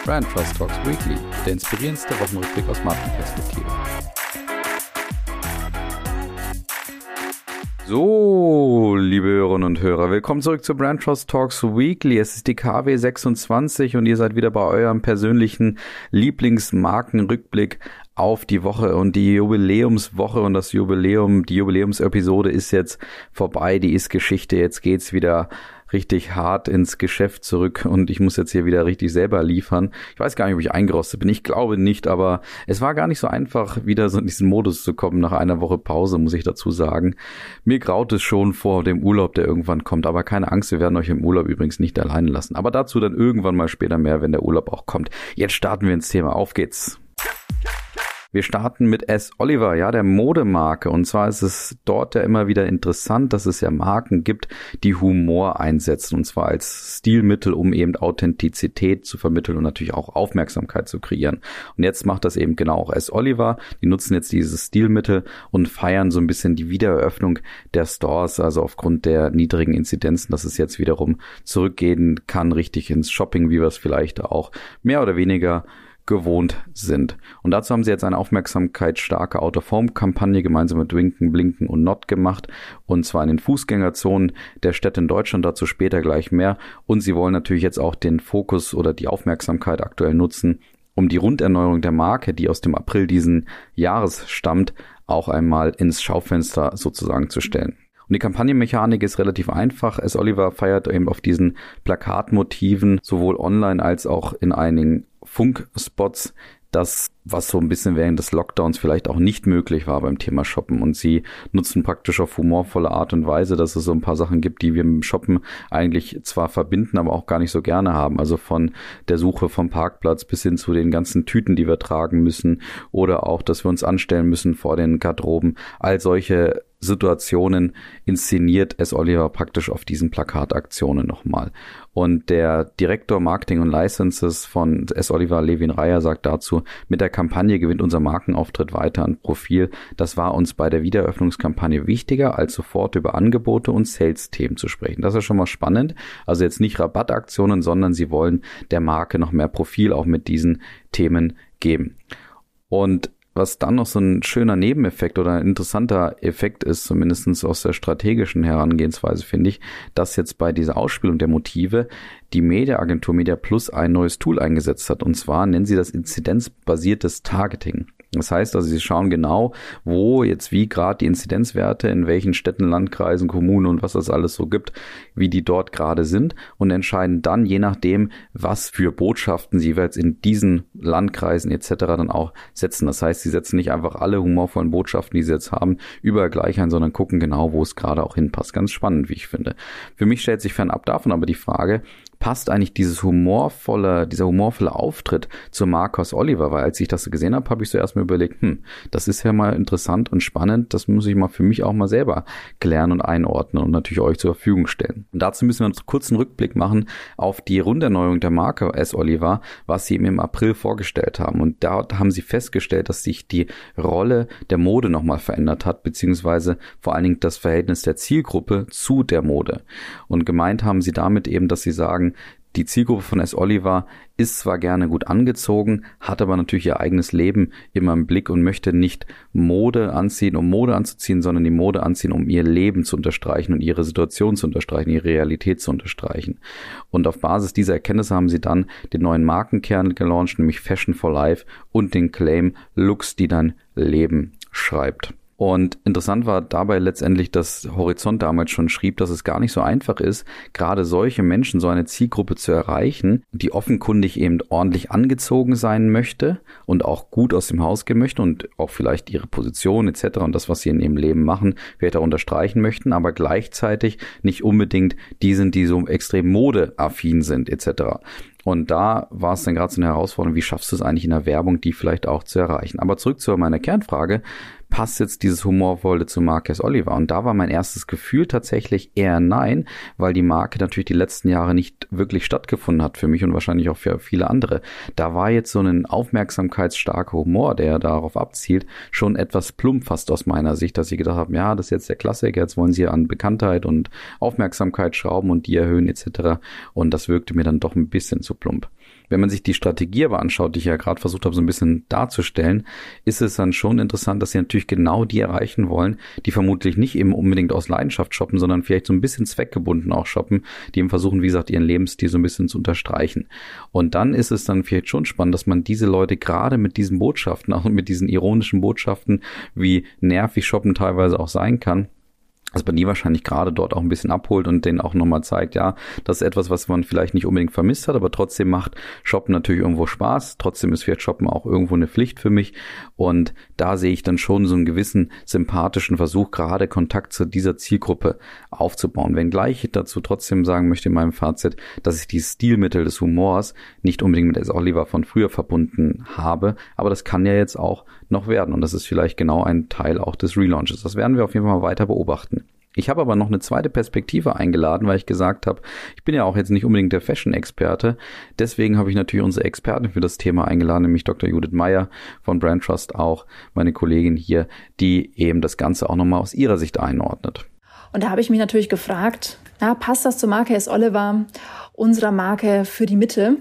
Brand Trust Talks Weekly, der inspirierendste Wochenrückblick aus Markenperspektive. So, liebe Hörerinnen und Hörer, willkommen zurück zu Brand Trust Talks Weekly. Es ist die KW 26 und ihr seid wieder bei eurem persönlichen Lieblingsmarkenrückblick auf die Woche und die Jubiläumswoche und die Jubiläumsepisode ist jetzt vorbei, die ist Geschichte, jetzt geht's wieder richtig hart ins Geschäft zurück und ich muss jetzt hier wieder richtig selber liefern. Ich weiß gar nicht, ob ich eingerostet bin, ich glaube nicht, aber es war gar nicht so einfach, wieder so in diesen Modus zu kommen nach einer Woche Pause, muss ich dazu sagen. Mir graut es schon vor dem Urlaub, der irgendwann kommt, aber keine Angst, wir werden euch im Urlaub übrigens nicht alleine lassen. Aber dazu dann irgendwann mal später mehr, wenn der Urlaub auch kommt. Jetzt starten wir ins Thema, auf geht's! Wir starten mit S. Oliver, ja, der Modemarke. Und zwar ist es dort ja immer wieder interessant, dass es ja Marken gibt, die Humor einsetzen. Und zwar als Stilmittel, um eben Authentizität zu vermitteln und natürlich auch Aufmerksamkeit zu kreieren. Und jetzt macht das eben genau auch S. Oliver. Die nutzen jetzt dieses Stilmittel und feiern so ein bisschen die Wiedereröffnung der Stores. Also aufgrund der niedrigen Inzidenzen, dass es jetzt wiederum zurückgehen kann, richtig ins Shopping, wie wir es vielleicht auch mehr oder weniger gewohnt sind. Und dazu haben sie jetzt eine aufmerksamkeitsstarke Out-of-Home-Kampagne gemeinsam mit Winken, Blinken und Not gemacht. Und zwar in den Fußgängerzonen der Städte in Deutschland, dazu später gleich mehr. Und sie wollen natürlich jetzt auch den Fokus oder die Aufmerksamkeit aktuell nutzen, um die Runderneuerung der Marke, die aus dem April diesen Jahres stammt, auch einmal ins Schaufenster sozusagen zu stellen. Und die Kampagnenmechanik ist relativ einfach. S. Oliver feiert eben auf diesen Plakatmotiven sowohl online als auch in einigen Funkspots das, was so ein bisschen während des Lockdowns vielleicht auch nicht möglich war beim Thema Shoppen. Und sie nutzen praktisch auf humorvolle Art und Weise, dass es so ein paar Sachen gibt, die wir mit dem Shoppen eigentlich zwar verbinden, aber auch gar nicht so gerne haben. Also von der Suche vom Parkplatz bis hin zu den ganzen Tüten, die wir tragen müssen oder auch, dass wir uns anstellen müssen vor den Garderoben. All solche Situationen inszeniert S. Oliver praktisch auf diesen Plakataktionen nochmal. Und der Direktor Marketing und Licenses von S. Oliver, Levin Reier, sagt dazu, mit der Kampagne gewinnt unser Markenauftritt weiter an Profil. Das war uns bei der Wiedereröffnungskampagne wichtiger, als sofort über Angebote und Sales-Themen zu sprechen. Das ist schon mal spannend. Also jetzt nicht Rabattaktionen, sondern sie wollen der Marke noch mehr Profil auch mit diesen Themen geben. Und was dann noch so ein schöner Nebeneffekt oder ein interessanter Effekt ist, zumindest aus der strategischen Herangehensweise, finde ich, dass jetzt bei dieser Ausspielung der Motive die Mediaagentur Media Plus ein neues Tool eingesetzt hat. Und zwar nennen sie das inzidenzbasiertes Targeting. Das heißt also, sie schauen genau, wo jetzt wie gerade die Inzidenzwerte, in welchen Städten, Landkreisen, Kommunen und was das alles so gibt, wie die dort gerade sind und entscheiden dann, je nachdem, was für Botschaften sie jeweils in diesen Landkreisen etc. dann auch setzen. Das heißt, sie setzen nicht einfach alle humorvollen Botschaften, die sie jetzt haben, überall gleich ein, sondern gucken genau, wo es gerade auch hinpasst. Ganz spannend, wie ich finde. Für mich stellt sich fernab davon aber die Frage, passt eigentlich dieser humorvolle Auftritt zur Marke S. Oliver? Weil als ich das gesehen habe, habe ich so erstmal überlegt, das ist ja mal interessant und spannend, das muss ich mal für mich auch mal selber klären und einordnen und natürlich euch zur Verfügung stellen. Und dazu müssen wir uns kurz einen Rückblick machen auf die Runderneuerung der Marke S. Oliver, was sie im April vorgestellt haben. Und dort haben sie festgestellt, dass sich die Rolle der Mode nochmal verändert hat, beziehungsweise vor allen Dingen das Verhältnis der Zielgruppe zu der Mode. Und gemeint haben sie damit eben, dass sie sagen, die Zielgruppe von S. Oliver ist zwar gerne gut angezogen, hat aber natürlich ihr eigenes Leben immer im Blick und möchte nicht Mode anziehen, um Mode anzuziehen, sondern die Mode anziehen, um ihr Leben zu unterstreichen und ihre Situation zu unterstreichen, ihre Realität zu unterstreichen. Und auf Basis dieser Erkenntnisse haben sie dann den neuen Markenkern gelauncht, nämlich Fashion for Life und den Claim Looks, die dein Leben schreibt. Und interessant war dabei letztendlich, dass Horizont damals schon schrieb, dass es gar nicht so einfach ist, gerade solche Menschen, so eine Zielgruppe zu erreichen, die offenkundig eben ordentlich angezogen sein möchte und auch gut aus dem Haus gehen möchte und auch vielleicht ihre Position etc. und das, was sie in ihrem Leben machen, vielleicht auch unterstreichen möchten, aber gleichzeitig nicht unbedingt die sind, die so extrem modeaffin sind etc. Und da war es dann gerade so eine Herausforderung, wie schaffst du es eigentlich in der Werbung, die vielleicht auch zu erreichen. Aber zurück zu meiner Kernfrage, passt jetzt dieses Humorvolle zu Marke S. Oliver? Und da war mein erstes Gefühl tatsächlich eher nein, weil die Marke natürlich die letzten Jahre nicht wirklich stattgefunden hat für mich und wahrscheinlich auch für viele andere. Da war jetzt so ein aufmerksamkeitsstarker Humor, der darauf abzielt, schon etwas plump fast aus meiner Sicht, dass ich gedacht habe, ja, das ist jetzt der Klassiker, jetzt wollen sie an Bekanntheit und Aufmerksamkeit schrauben und die erhöhen etc. Und das wirkte mir dann doch ein bisschen zu plump. Wenn man sich die Strategie aber anschaut, die ich ja gerade versucht habe, so ein bisschen darzustellen, ist es dann schon interessant, dass sie natürlich genau die erreichen wollen, die vermutlich nicht eben unbedingt aus Leidenschaft shoppen, sondern vielleicht so ein bisschen zweckgebunden auch shoppen, die eben versuchen, wie gesagt, ihren Lebensstil so ein bisschen zu unterstreichen. Und dann ist es dann vielleicht schon spannend, dass man diese Leute gerade mit diesen Botschaften, auch mit diesen ironischen Botschaften, wie nervig Shoppen teilweise auch sein kann, dass man die wahrscheinlich gerade dort auch ein bisschen abholt und denen auch nochmal zeigt, ja, das ist etwas, was man vielleicht nicht unbedingt vermisst hat, aber trotzdem macht Shoppen natürlich irgendwo Spaß. Trotzdem ist vielleicht Shoppen auch irgendwo eine Pflicht für mich. Und da sehe ich dann schon so einen gewissen sympathischen Versuch, gerade Kontakt zu dieser Zielgruppe aufzubauen. Wenngleich ich dazu trotzdem sagen möchte in meinem Fazit, dass ich die Stilmittel des Humors nicht unbedingt mit S. Oliver von früher verbunden habe. Aber das kann ja jetzt auch noch werden. Und das ist vielleicht genau ein Teil auch des Relaunches. Das werden wir auf jeden Fall mal weiter beobachten. Ich habe aber noch eine zweite Perspektive eingeladen, weil ich gesagt habe, ich bin ja auch jetzt nicht unbedingt der Fashion-Experte. Deswegen habe ich natürlich unsere Expertin für das Thema eingeladen, nämlich Dr. Judith Meyer von Brand Trust, auch meine Kollegin hier, die eben das Ganze auch nochmal aus ihrer Sicht einordnet. Und da habe ich mich natürlich gefragt, passt das zur Marke S. Oliver, unserer Marke für die Mitte?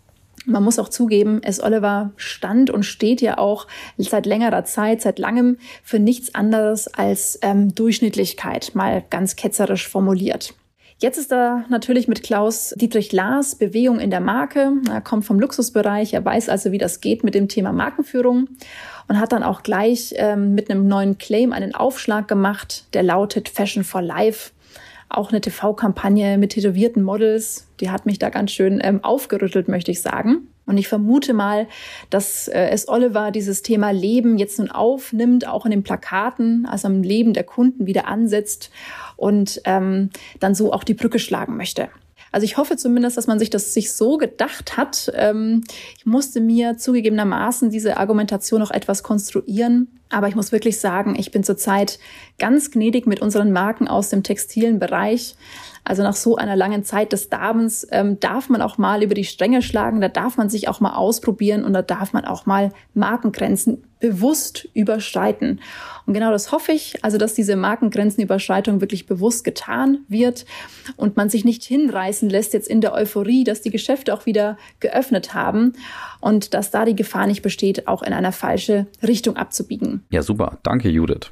Man muss auch zugeben, S. Oliver stand und steht ja auch seit längerer Zeit, seit langem für nichts anderes als Durchschnittlichkeit, mal ganz ketzerisch formuliert. Jetzt ist da natürlich mit Klaus Dietrich Lahrs Bewegung in der Marke. Er kommt vom Luxusbereich, er weiß also, wie das geht mit dem Thema Markenführung und hat dann auch gleich mit einem neuen Claim einen Aufschlag gemacht, der lautet Fashion for Life. Auch eine TV-Kampagne mit tätowierten Models, die hat mich da ganz schön aufgerüttelt, möchte ich sagen. Und ich vermute mal, dass S. Oliver dieses Thema Leben jetzt nun aufnimmt, auch in den Plakaten, also am Leben der Kunden wieder ansetzt und dann so auch die Brücke schlagen möchte. Also ich hoffe zumindest, dass man sich das so gedacht hat. Ich musste mir zugegebenermaßen diese Argumentation noch etwas konstruieren. Aber ich muss wirklich sagen, ich bin zurzeit ganz gnädig mit unseren Marken aus dem textilen Bereich. Also nach so einer langen Zeit des Darbens darf man auch mal über die Stränge schlagen, da darf man sich auch mal ausprobieren und da darf man auch mal Markengrenzen bewusst überschreiten. Und genau das hoffe ich, also dass diese Markengrenzenüberschreitung wirklich bewusst getan wird und man sich nicht hinreißen lässt jetzt in der Euphorie, dass die Geschäfte auch wieder geöffnet haben und dass da die Gefahr nicht besteht, auch in eine falsche Richtung abzubiegen. Ja, super. Danke, Judith.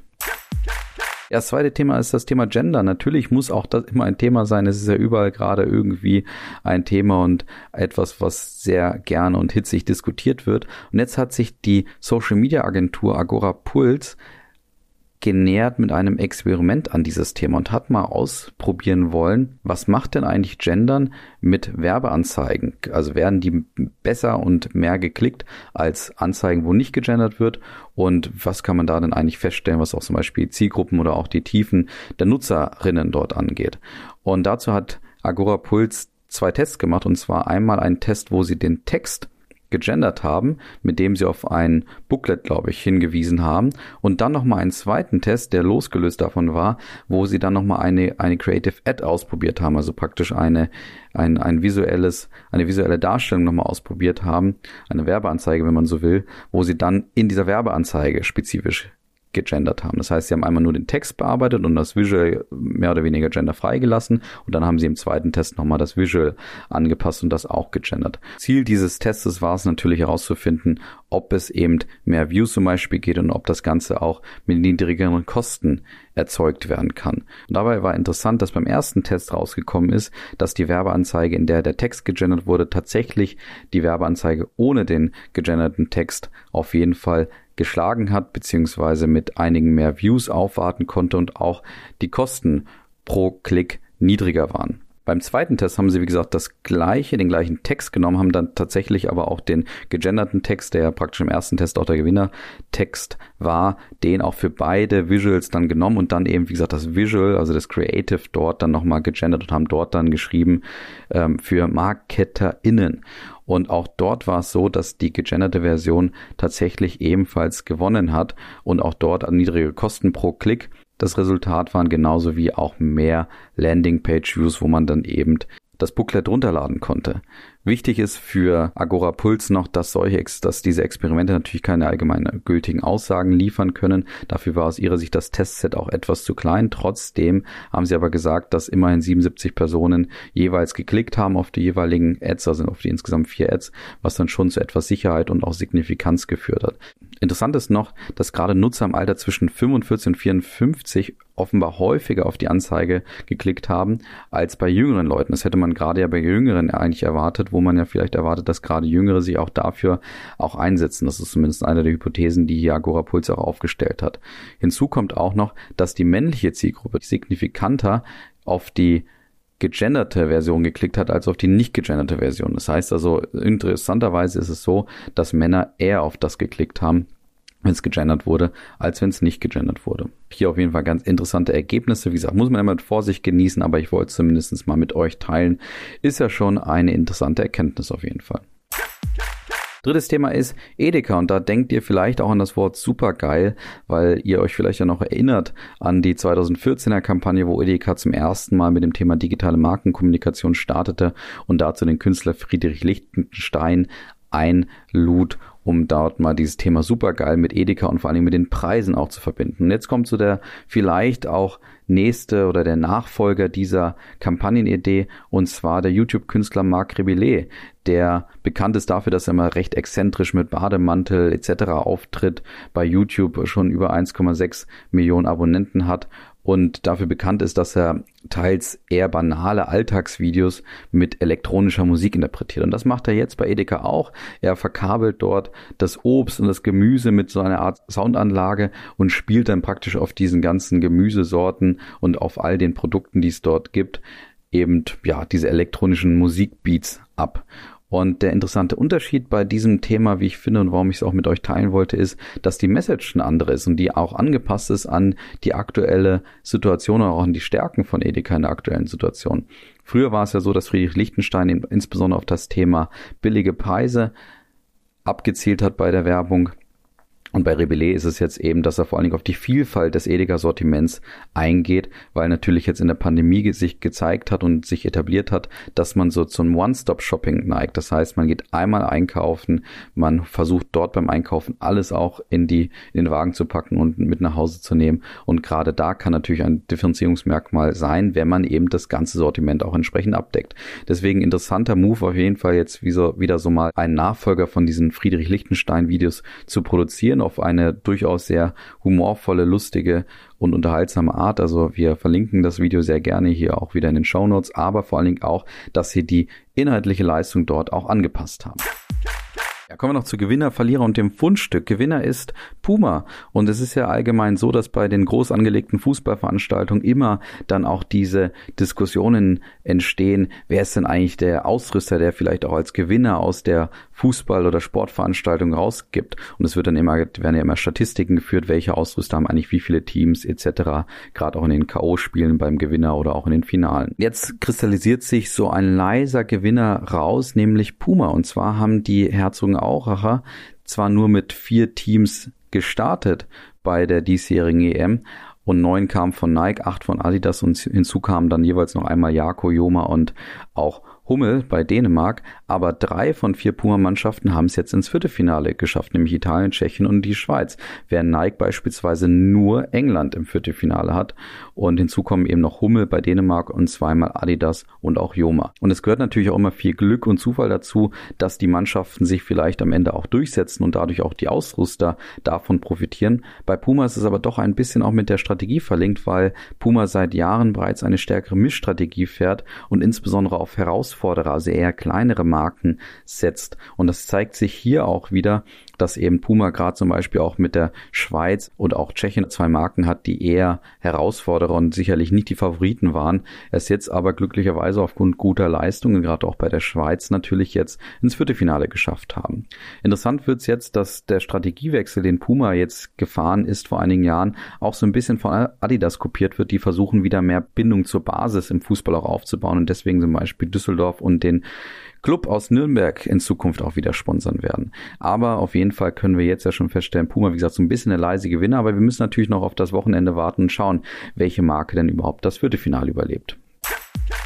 Ja, das zweite Thema ist das Thema Gender. Natürlich muss auch das immer ein Thema sein. Es ist ja überall gerade irgendwie ein Thema und etwas, was sehr gerne und hitzig diskutiert wird. Und jetzt hat sich die Social-Media-Agentur Agora Puls genähert mit einem Experiment an dieses Thema und hat mal ausprobieren wollen, was macht denn eigentlich Gendern mit Werbeanzeigen? Also werden die besser und mehr geklickt als Anzeigen, wo nicht gegendert wird? Und was kann man da denn eigentlich feststellen, was auch zum Beispiel Zielgruppen oder auch die Tiefen der Nutzerinnen dort angeht? Und dazu hat Agora Puls 2 Tests gemacht, und zwar einmal einen Test, wo sie den Text gegendert haben, mit dem sie auf ein Booklet, glaube ich, hingewiesen haben, und dann nochmal einen zweiten Test, der losgelöst davon war, wo sie dann nochmal eine Creative Ad ausprobiert haben, also praktisch eine visuelle Darstellung nochmal ausprobiert haben, eine Werbeanzeige, wenn man so will, wo sie dann in dieser Werbeanzeige spezifisch gegendert haben. Das heißt, sie haben einmal nur den Text bearbeitet und das Visual mehr oder weniger genderfrei gelassen und dann haben sie im zweiten Test nochmal das Visual angepasst und das auch gegendert. Ziel dieses Tests war es natürlich herauszufinden, ob es eben mehr Views zum Beispiel geht und ob das Ganze auch mit niedrigeren Kosten erzeugt werden kann. Und dabei war interessant, dass beim ersten Test rausgekommen ist, dass die Werbeanzeige, in der der Text gegendert wurde, tatsächlich die Werbeanzeige ohne den gegenderten Text auf jeden Fall geschlagen hat, beziehungsweise mit einigen mehr Views aufwarten konnte und auch die Kosten pro Klick niedriger waren. Beim zweiten Test haben sie, wie gesagt, den gleichen Text genommen, haben dann tatsächlich aber auch den gegenderten Text, der ja praktisch im ersten Test auch der Gewinnertext war, den auch für beide Visuals dann genommen und dann eben, wie gesagt, das Visual, also das Creative dort dann nochmal gegendert und haben dort dann geschrieben für MarketerInnen. Und auch dort war es so, dass die gegenderte Version tatsächlich ebenfalls gewonnen hat und auch dort niedrige Kosten pro Klick. Das Resultat waren genauso wie auch mehr Landingpage-Views, wo man dann eben das Booklet runterladen konnte. Wichtig ist für Agorapuls noch, dass diese Experimente natürlich keine allgemein gültigen Aussagen liefern können. Dafür war aus ihrer Sicht das Testset auch etwas zu klein. Trotzdem haben sie aber gesagt, dass immerhin 77 Personen jeweils geklickt haben auf die jeweiligen Ads, also auf die insgesamt 4 Ads, was dann schon zu etwas Sicherheit und auch Signifikanz geführt hat. Interessant ist noch, dass gerade Nutzer im Alter zwischen 45 und 54 offenbar häufiger auf die Anzeige geklickt haben als bei jüngeren Leuten. Das hätte man gerade ja bei Jüngeren eigentlich erwartet, wo man ja vielleicht erwartet, dass gerade Jüngere sich auch dafür auch einsetzen. Das ist zumindest eine der Hypothesen, die hier Agorapuls auch aufgestellt hat. Hinzu kommt auch noch, dass die männliche Zielgruppe signifikanter auf die gegenderte Version geklickt hat, als auf die nicht gegenderte Version. Das heißt also, interessanterweise ist es so, dass Männer eher auf das geklickt haben, wenn es gegendert wurde, als wenn es nicht gegendert wurde. Hier auf jeden Fall ganz interessante Ergebnisse. Wie gesagt, muss man immer mit Vorsicht genießen, aber ich wollte es zumindest mal mit euch teilen. Ist ja schon eine interessante Erkenntnis auf jeden Fall. Drittes Thema ist Edeka und da denkt ihr vielleicht auch an das Wort supergeil, weil ihr euch vielleicht ja noch erinnert an die 2014er Kampagne, wo Edeka zum ersten Mal mit dem Thema digitale Markenkommunikation startete und dazu den Künstler Friedrich Lichtenstein einlud, um dort mal dieses Thema supergeil mit Edeka und vor allem mit den Preisen auch zu verbinden. Und jetzt kommt so der vielleicht auch nächste oder der Nachfolger dieser Kampagnenidee, und zwar der YouTube-Künstler Marc Rebillet, der bekannt ist dafür, dass er mal recht exzentrisch mit Bademantel etc. auftritt, bei YouTube schon über 1,6 Millionen Abonnenten hat und dafür bekannt ist, dass er teils eher banale Alltagsvideos mit elektronischer Musik interpretiert. Und das macht er jetzt bei Edeka auch. Er verkabelt dort das Obst und das Gemüse mit so einer Art Soundanlage und spielt dann praktisch auf diesen ganzen Gemüsesorten und auf all den Produkten, die es dort gibt, eben ja diese elektronischen Musikbeats ab. Und der interessante Unterschied bei diesem Thema, wie ich finde und warum ich es auch mit euch teilen wollte, ist, dass die Message eine andere ist und die auch angepasst ist an die aktuelle Situation und auch an die Stärken von Edeka in der aktuellen Situation. Früher war es ja so, dass Friedrich Lichtenstein insbesondere auf das Thema billige Preise abgezielt hat bei der Werbung. Und bei Rebillet ist es jetzt eben, dass er vor allen Dingen auf die Vielfalt des Edeka-Sortiments eingeht, weil natürlich jetzt in der Pandemie sich gezeigt hat und sich etabliert hat, dass man so zum One-Stop-Shopping neigt. Das heißt, man geht einmal einkaufen, man versucht dort beim Einkaufen alles auch in den Wagen zu packen und mit nach Hause zu nehmen. Und gerade da kann natürlich ein Differenzierungsmerkmal sein, wenn man eben das ganze Sortiment auch entsprechend abdeckt. Deswegen interessanter Move auf jeden Fall jetzt wieder so mal einen Nachfolger von diesen Friedrich Lichtenstein-Videos zu produzieren, auf eine durchaus sehr humorvolle, lustige und unterhaltsame Art. Also wir verlinken das Video sehr gerne hier auch wieder in den Shownotes, aber vor allen Dingen auch, dass sie die inhaltliche Leistung dort auch angepasst haben. Ja, kommen wir noch zu Gewinner, Verlierer und dem Fundstück. Gewinner ist Puma. Und es ist ja allgemein so, dass bei den groß angelegten Fußballveranstaltungen immer dann auch diese Diskussionen entstehen. Wer ist denn eigentlich der Ausrüster, der vielleicht auch als Gewinner aus der Fußball- oder Sportveranstaltung rausgibt? Und es werden ja immer Statistiken geführt, welche Ausrüster haben eigentlich wie viele Teams etc. Gerade auch in den K.O.-Spielen beim Gewinner oder auch in den Finalen. Jetzt kristallisiert sich so ein leiser Gewinner raus, nämlich Puma. Und zwar haben die Herzogenauracher zwar nur mit 4 Teams gestartet bei der diesjährigen EM und 9 kamen von Nike, 8 von Adidas und hinzu kamen dann jeweils noch einmal Jako, Joma und auch Hummel bei Dänemark, aber 3 von 4 Puma-Mannschaften haben es jetzt ins Viertelfinale geschafft, nämlich Italien, Tschechien und die Schweiz, während Nike beispielsweise nur England im Viertelfinale hat und hinzu kommen eben noch Hummel bei Dänemark und zweimal Adidas und auch Joma. Und es gehört natürlich auch immer viel Glück und Zufall dazu, dass die Mannschaften sich vielleicht am Ende auch durchsetzen und dadurch auch die Ausrüster davon profitieren. Bei Puma ist es aber doch ein bisschen auch mit der Strategie verlinkt, weil Puma seit Jahren bereits eine stärkere Mischstrategie fährt und insbesondere auf Herausforderer, also eher kleinere Marken setzt. Und das zeigt sich hier auch wieder, dass eben Puma gerade zum Beispiel auch mit der Schweiz und auch Tschechien 2 Marken hat, die eher Herausforderer und sicherlich nicht die Favoriten waren. Es jetzt aber glücklicherweise aufgrund guter Leistungen, gerade auch bei der Schweiz natürlich jetzt ins Viertelfinale geschafft haben. Interessant wird es jetzt, dass der Strategiewechsel, den Puma jetzt gefahren ist vor einigen Jahren, auch so ein bisschen von Adidas kopiert wird. Die versuchen wieder mehr Bindung zur Basis im Fußball auch aufzubauen und deswegen zum Beispiel Düsseldorf und den Club aus Nürnberg in Zukunft auch wieder sponsern werden. Aber auf jeden Fall können wir jetzt ja schon feststellen, Puma, wie gesagt, so ein bisschen eine leise Gewinner, aber wir müssen natürlich noch auf das Wochenende warten und schauen, welche Marke denn überhaupt das Viertelfinale überlebt.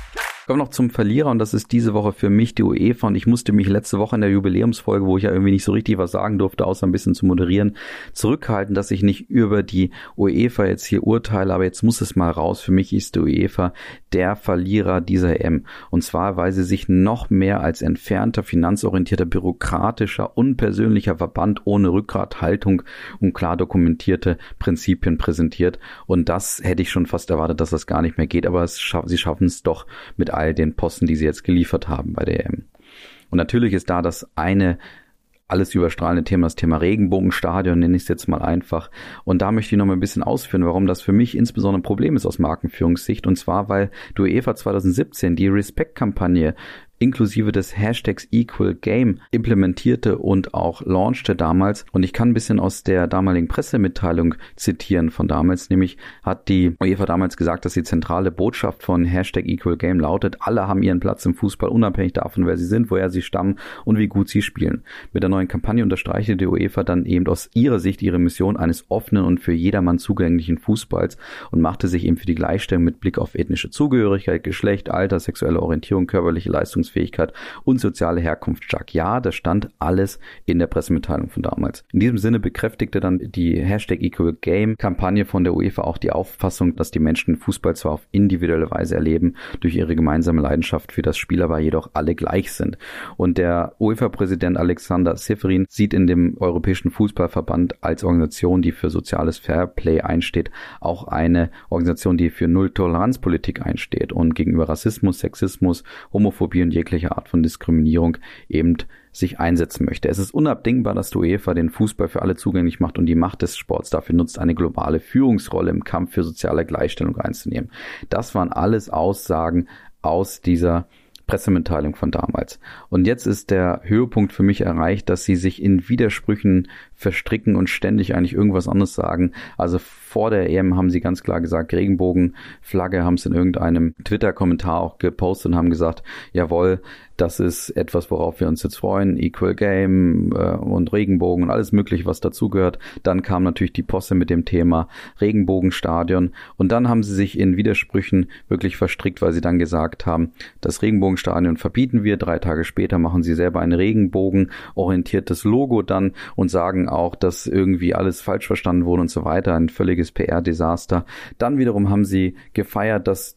Kommen wir noch zum Verlierer und das ist diese Woche für mich die UEFA und ich musste mich letzte Woche in der Jubiläumsfolge, wo ich ja irgendwie nicht so richtig was sagen durfte, außer ein bisschen zu moderieren, zurückhalten, dass ich nicht über die UEFA jetzt hier urteile, aber jetzt muss es mal raus. Für mich ist die UEFA der Verlierer dieser EM und zwar, weil sie sich noch mehr als entfernter, finanzorientierter, bürokratischer, unpersönlicher Verband ohne Rückgrathaltung und klar dokumentierte Prinzipien präsentiert und das hätte ich schon fast erwartet, dass das gar nicht mehr geht, aber sie schaffen es doch mit all den Posten, die sie jetzt geliefert haben bei der EM. Und natürlich ist da das eine alles überstrahlende Thema, das Thema Regenbogenstadion, nenne ich es jetzt mal einfach. Und da möchte ich noch mal ein bisschen ausführen, warum das für mich insbesondere ein Problem ist aus Markenführungssicht. Und zwar, weil die UEFA 2017 die Respect-Kampagne inklusive des Hashtags #EqualGame implementierte und auch launchte damals. Und ich kann ein bisschen aus der damaligen Pressemitteilung zitieren von damals, nämlich hat die UEFA damals gesagt, dass die zentrale Botschaft von #EqualGame lautet, alle haben ihren Platz im Fußball, unabhängig davon, wer sie sind, woher sie stammen und wie gut sie spielen. Mit der neuen Kampagne unterstreichte die UEFA dann eben aus ihrer Sicht ihre Mission eines offenen und für jedermann zugänglichen Fußballs und machte sich eben für die Gleichstellung mit Blick auf ethnische Zugehörigkeit, Geschlecht, Alter, sexuelle Orientierung, körperliche Leistungsfähigkeit und soziale Herkunft stark. Ja, das stand alles in der Pressemitteilung von damals. In diesem Sinne bekräftigte dann die #EqualGame-Kampagne von der UEFA auch die Auffassung, dass die Menschen Fußball zwar auf individuelle Weise erleben, durch ihre gemeinsame Leidenschaft für das Spiel aber jedoch alle gleich sind. Und der UEFA-Präsident Alexander Čeferin sieht in dem Europäischen Fußballverband als Organisation, die für soziales Fairplay einsteht, auch eine Organisation, die für Null-Toleranz-Politik einsteht und gegenüber Rassismus, Sexismus, Homophobie und jegliche Art von Diskriminierung eben sich einsetzen möchte. Es ist unabdingbar, dass die UEFA den Fußball für alle zugänglich macht und die Macht des Sports dafür nutzt, eine globale Führungsrolle im Kampf für soziale Gleichstellung einzunehmen. Das waren alles Aussagen aus dieser Pressemitteilung von damals. Und jetzt ist der Höhepunkt für mich erreicht, dass sie sich in Widersprüchen verstricken und ständig eigentlich irgendwas anderes sagen. Also vor der EM haben sie ganz klar gesagt, Regenbogenflagge, haben es in irgendeinem Twitter-Kommentar auch gepostet und haben gesagt, jawohl, das ist etwas, worauf wir uns jetzt freuen, Equal Game und Regenbogen und alles mögliche, was dazugehört. Dann kam natürlich die Posse mit dem Thema Regenbogenstadion und dann haben sie sich in Widersprüchen wirklich verstrickt, weil sie dann gesagt haben, das Regenbogenstadion verbieten wir. 3 Tage später machen sie selber ein regenbogenorientiertes Logo dann und sagen auch, dass irgendwie alles falsch verstanden wurde und so weiter. Ein völliges PR-Desaster. Dann wiederum haben sie gefeiert, dass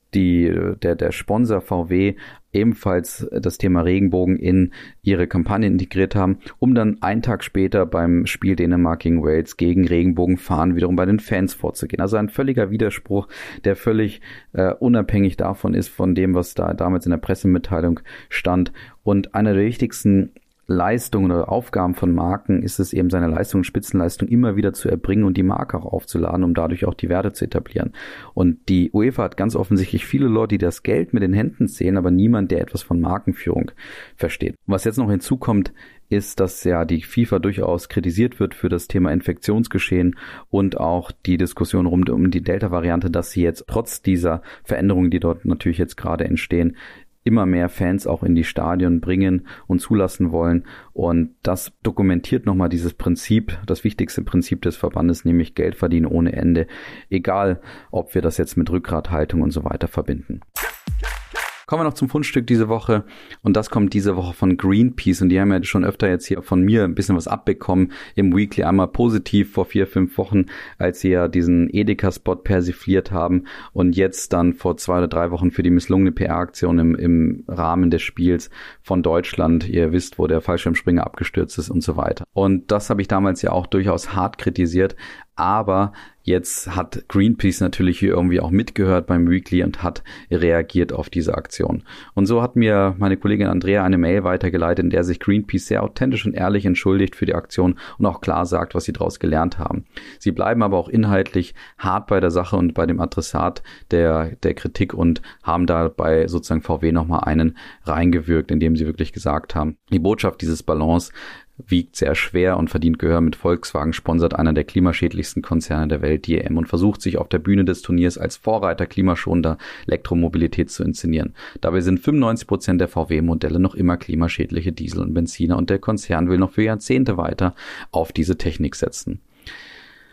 der Sponsor VW ebenfalls das Thema Regenbogen in ihre Kampagne integriert haben, um dann einen Tag später beim Spiel Dänemark gegen Wales gegen Regenbogenfahren wiederum bei den Fans vorzugehen. Also ein völliger Widerspruch, der völlig unabhängig davon ist, von dem, was da damals in der Pressemitteilung stand. Und einer der wichtigsten Leistungen oder Aufgaben von Marken ist es eben, seine Leistung und Spitzenleistung immer wieder zu erbringen und die Marke auch aufzuladen, um dadurch auch die Werte zu etablieren. Und die UEFA hat ganz offensichtlich viele Leute, die das Geld mit den Händen zählen, aber niemand, der etwas von Markenführung versteht. Und was jetzt noch hinzukommt, ist, dass ja die FIFA durchaus kritisiert wird für das Thema Infektionsgeschehen und auch die Diskussion rund um die Delta-Variante, dass sie jetzt trotz dieser Veränderungen, die dort natürlich jetzt gerade entstehen, immer mehr Fans auch in die Stadien bringen und zulassen wollen. Und das dokumentiert nochmal dieses Prinzip, das wichtigste Prinzip des Verbandes, nämlich Geld verdienen ohne Ende. Egal, ob wir das jetzt mit Rückgrathaltung und so weiter verbinden. Kommen wir noch zum Fundstück diese Woche und das kommt diese Woche von Greenpeace und die haben ja schon öfter jetzt hier von mir ein bisschen was abbekommen im Weekly, einmal positiv vor 4-5 Wochen, als sie ja diesen Edeka-Spot persifliert haben und jetzt dann vor 2 oder 3 Wochen für die misslungene PR-Aktion im Rahmen des Spiels von Deutschland, ihr wisst, wo der Fallschirmspringer abgestürzt ist und so weiter. Und das habe ich damals ja auch durchaus hart kritisiert, aber jetzt hat Greenpeace natürlich hier irgendwie auch mitgehört beim Weekly und hat reagiert auf diese Aktion. Und so hat mir meine Kollegin Andrea eine Mail weitergeleitet, in der sich Greenpeace sehr authentisch und ehrlich entschuldigt für die Aktion und auch klar sagt, was sie daraus gelernt haben. Sie bleiben aber auch inhaltlich hart bei der Sache und bei dem Adressat der Kritik und haben dabei sozusagen VW nochmal einen reingewirkt, indem sie wirklich gesagt haben, die Botschaft dieses Ballons wiegt sehr schwer und verdient Gehör mit. Volkswagen sponsert einer der klimaschädlichsten Konzerne der Welt, die EM, und versucht sich auf der Bühne des Turniers als Vorreiter klimaschonender Elektromobilität zu inszenieren. Dabei sind 95% der VW-Modelle noch immer klimaschädliche Diesel und Benziner und der Konzern will noch für Jahrzehnte weiter auf diese Technik setzen.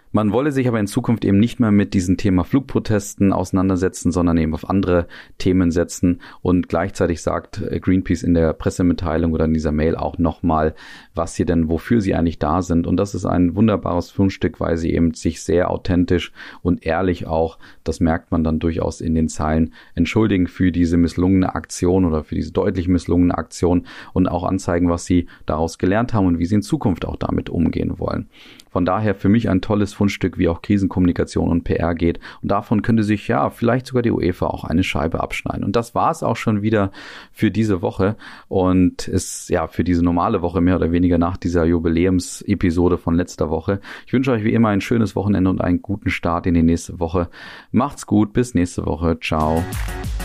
Man wolle sich aber in Zukunft eben nicht mehr mit diesem Thema Flugprotesten auseinandersetzen, sondern eben auf andere Themen setzen. Und gleichzeitig sagt Greenpeace in der Pressemitteilung oder in dieser Mail auch nochmal, wofür sie eigentlich da sind. Und das ist ein wunderbares Fundstück, weil sie eben sich sehr authentisch und ehrlich auch, das merkt man dann durchaus in den Zeilen, entschuldigen für diese misslungene Aktion oder für diese deutlich misslungene Aktion und auch anzeigen, was sie daraus gelernt haben und wie sie in Zukunft auch damit umgehen wollen. Von daher für mich ein tolles Fundstück, wie auch Krisenkommunikation und PR geht. Und davon könnte sich vielleicht sogar die UEFA auch eine Scheibe abschneiden. Und das war es auch schon wieder für diese Woche und ist für diese normale Woche mehr oder weniger nach dieser Jubiläumsepisode von letzter Woche. Ich wünsche euch wie immer ein schönes Wochenende und einen guten Start in die nächste Woche. Macht's gut, bis nächste Woche. Ciao.